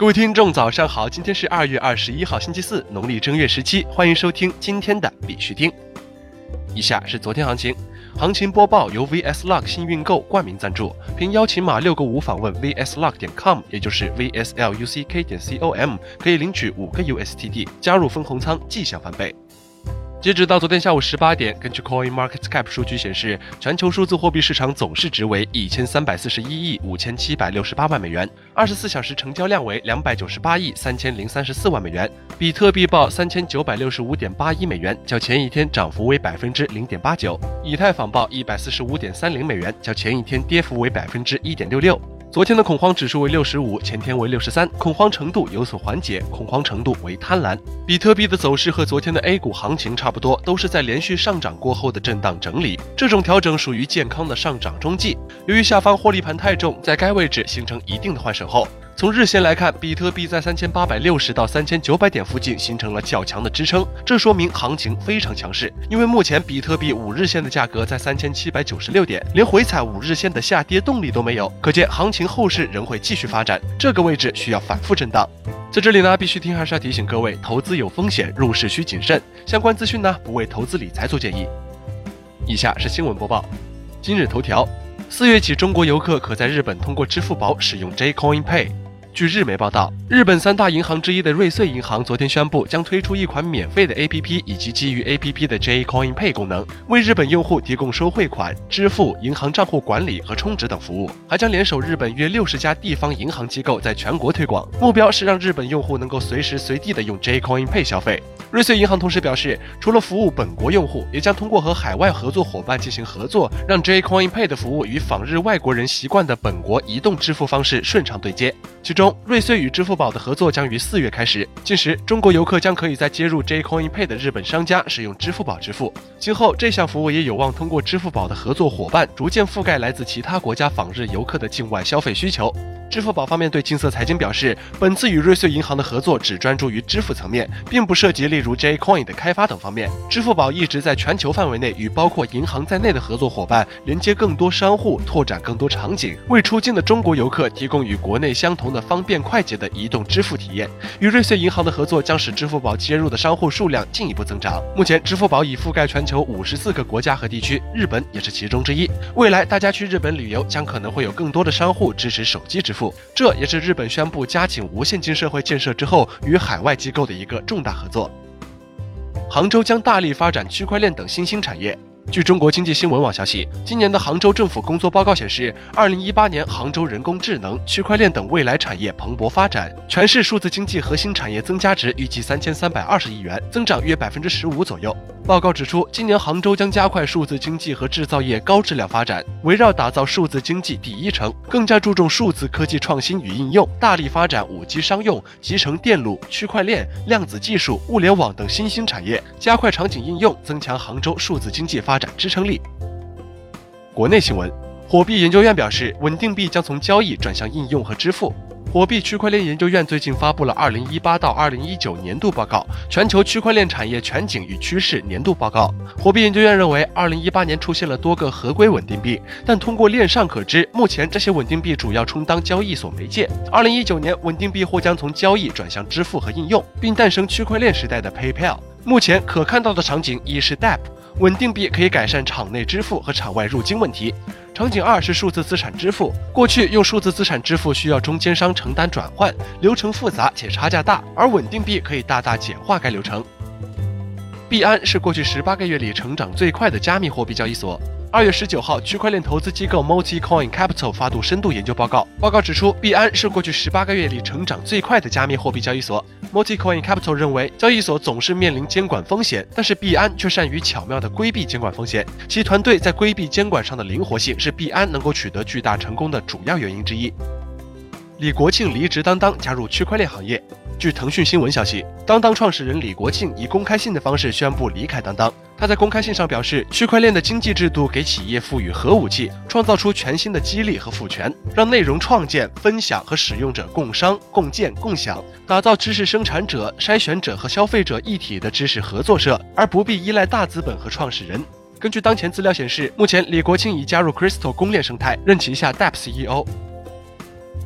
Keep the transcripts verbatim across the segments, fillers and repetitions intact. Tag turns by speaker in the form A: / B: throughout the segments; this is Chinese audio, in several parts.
A: 各位听众早上好，今天是二月二十一号星期四，农历正月十七，欢迎收听今天的必须听。以下是昨天行情，行情播报由 V S Luck 新运购冠名赞助，凭邀请码六个五访问 V S Luck 点 com， 也就是 V S L U C K 点 com， 可以领取五个 U S T D， 加入分红仓即享翻倍。截止到昨天下午十八点，根据 CoinMarketCap 数据显示，全球数字货币市场总市值为一千三百四十一亿五千七百六十八万美元，二十四小时成交量为两百九十八亿三千零三十四万美元。比特币报三千九百六十五点八一美元，较前一天涨幅为百分之零点八九。以太坊报一百四十五点三零美元，较前一天跌幅为百分之一点六六。昨天的恐慌指数为六十五，前天为六十三，恐慌程度有所缓解，恐慌程度为贪婪。比特币的走势和昨天的 A 股行情差不多，都是在连续上涨过后的震荡整理，这种调整属于健康的上涨中继。由于下方获利盘太重，在该位置形成一定的换手后，从日线来看，比特币在三千八百六十到三千九百点附近形成了较强的支撑，这说明行情非常强势。因为目前比特币五日线的价格在三千七百九十六点，连回踩五日线的下跌动力都没有，可见行情后市仍会继续发展，这个位置需要反复震荡。在这里呢，必须听还是要提醒各位，投资有风险，入市需谨慎。相关资讯呢，不为投资理财做建议。以下是新闻播报。今日头条：四月起，中国游客可在日本通过支付宝使用 J-Coin Pay。据日媒报道，日本三大银行之一的瑞穗银行昨天宣布，将推出一款免费的 A P P 以及基于 A P P 的 J-Coin Pay 功能，为日本用户提供收汇款、支付、银行账户管理和充值等服务，还将联手日本约六十家地方银行机构在全国推广，目标是让日本用户能够随时随地的用 J-Coin Pay 消费。瑞穗银行同时表示，除了服务本国用户，也将通过和海外合作伙伴进行合作，让 J-Coin Pay 的服务与访日外国人习惯的本国移动支付方式顺畅对接。其中，瑞穗与支付宝的合作将于四月开始。届时，中国游客将可以在接入 J-Coin Pay 的日本商家使用支付宝支付。今后，这项服务也有望通过支付宝的合作伙伴，逐渐覆盖来自其他国家访日游客的境外消费需求。支付宝方面对金色财经表示，本次与瑞穗银行的合作只专注于支付层面，并不涉及例如 J-Coin 的开发等方面。支付宝一直在全球范围内与包括银行在内的合作伙伴连接更多商户，拓展更多场景，为出境的中国游客提供与国内相同的方便快捷的移动支付体验。与瑞穗银行的合作将使支付宝接入的商户数量进一步增长。目前，支付宝已覆盖全球五十四个国家和地区，日本也是其中之一。未来大家去日本旅游，将可能会有更多的商户支持手机支付。这也是日本宣布加紧无现金社会建设之后与海外机构的一个重大合作。杭州将大力发展区块链等新兴产业。据中国经济新闻网消息，今年的杭州政府工作报告显示，二零一八年杭州人工智能、区块链等未来产业蓬勃发展，全市数字经济核心产业增加值预计三千三百二十亿元，增长约百分之十五左右。报告指出，今年杭州将加快数字经济和制造业高质量发展，围绕打造数字经济第一城，更加注重数字科技创新与应用，大力发展 五 G 商用、集成电路、区块链、量子技术、物联网等新兴产业，加快场景应用，增强杭州数字经济发展支撑力。国内新闻，火币研究院表示，稳定币将从交易转向应用和支付。火币区块链研究院最近发布了二零一八到二零一九年度报告，全球区块链产业全景与趋势年度报告。火币研究院认为，二零一八年出现了多个合规稳定币，但通过链上可知，目前这些稳定币主要充当交易所媒介。二零一九年，稳定币或将从交易转向支付和应用，并诞生区块链时代的 PayPal。目前可看到的场景一是 D A p， 稳定币可以改善场内支付和场外入金问题。场景二是数字资产支付，过去用数字资产支付需要中间商承担转换，流程复杂且差价大，而稳定币可以大大简化该流程。币安是过去十八个月里成长最快的加密货币交易所。二月十九号，区块链投资机构 Multicoin Capital 发布深度研究报告。报告指出，币安是过去十八个月里成长最快的加密货币交易所。Multicoin Capital 认为，交易所总是面临监管风险，但是币安却善于巧妙地规避监管风险。其团队在规避监管上的灵活性，是币安能够取得巨大成功的主要原因之一。李国庆离职当当，加入区块链行业。据腾讯新闻消息，当当创始人李国庆以公开信的方式宣布离开当当。他在公开信上表示，区块链的经济制度给企业赋予核武器，创造出全新的激励和赋权，让内容创建、分享和使用者共商、共建、共享，打造知识生产者、筛选者和消费者一体的知识合作社，而不必依赖大资本和创始人。根据当前资料显示，目前李国庆已加入 Crystal 公链生态，任旗下 D A p C E O。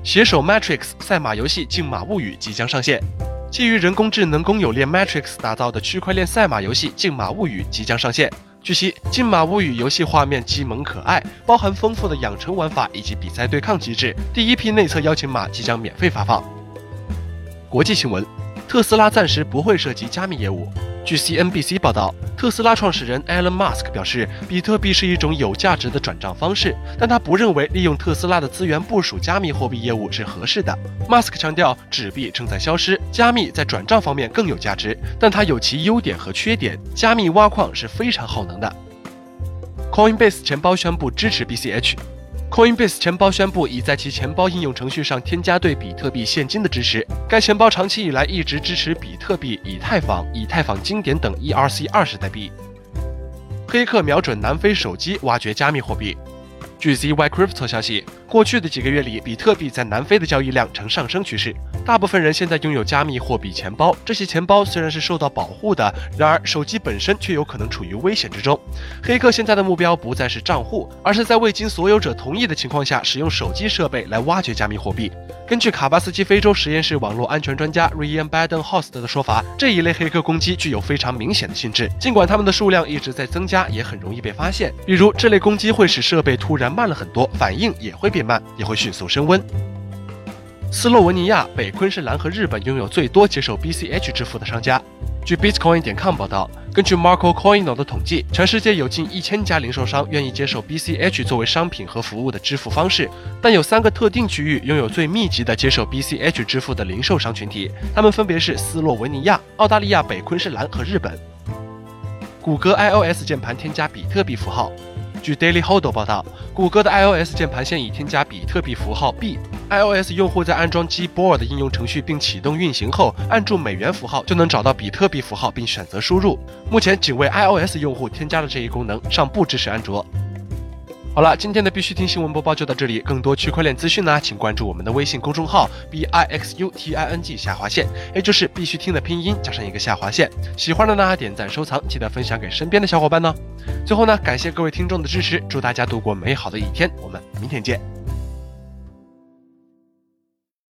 A: 携手 Matrix 赛马游戏《竞马物语》即将上线。基于人工智能公有链 Matrix 打造的区块链赛马游戏《竞马物语》即将上线。据悉，《竞马物语》游戏画面激萌可爱，包含丰富的养成玩法以及比赛对抗机制。第一批内测邀请码即将免费发放。国际新闻：特斯拉暂时不会涉及加密业务。据 C N B C 报道，特斯拉创始人 Elon Musk 表示，比特币是一种有价值的转账方式，但他不认为利用特斯拉的资源部署加密货币业务是合适的。Musk 强调，纸币正在消失，加密在转账方面更有价值，但它有其优点和缺点。加密挖矿是非常耗能的。Coinbase 钱包宣布支持 B C H。Coinbase 钱包宣布已在其钱包应用程序上添加对比特币现金的支持。该钱包长期以来一直支持比特币、以太坊、以太坊经典等 E R C 二十代币。黑客瞄准南非手机挖掘加密货币。据 Z Y Crypto 消息，过去的几个月里，比特币在南非的交易量呈上升趋势。大部分人现在拥有加密货币钱包，这些钱包虽然是受到保护的，然而手机本身却有可能处于危险之中。黑客现在的目标不再是账户，而是在未经所有者同意的情况下，使用手机设备来挖掘加密货币。根据卡巴斯基非洲实验室网络安全专家 Ryan Badenhorst 的说法，这一类黑客攻击具有非常明显的性质，尽管它们的数量一直在增加，也很容易被发现。比如，这类攻击会使设备突然慢了很多，反应也会变慢，也会迅速升温。斯洛文尼亚、北昆士兰和日本拥有最多接受 B C H 支付的商家。据 Bitcoin 点 com 报道，根据 Marco Coino 的统计，全世界有近一千家零售商愿意接受 B C H 作为商品和服务的支付方式，但有三个特定区域拥有最密集的接受 B C H 支付的零售商群体，它们分别是斯洛文尼亚、澳大利亚北昆士兰和日本。谷歌 iOS 键盘添加比特币符号。据 Daily Hodl 报道，谷歌的 iOS 键盘现已添加比特币符号 B。iOS 用户在安装 Gboard 应用程序并启动运行后，按住美元符号就能找到比特币符号并选择输入。目前仅为 iOS 用户添加了这一功能，尚不支持安卓。好了，今天的必须听新闻播报就到这里。更多区块链资讯呢，请关注我们的微信公众号 B I X U T I N G 下划线，也就是必须听的拼音加上一个下划线。喜欢的呢，点赞收藏，记得分享给身边的小伙伴呢。最后呢，感谢各位听众的支持，祝大家度过美好的一天，我们明天见。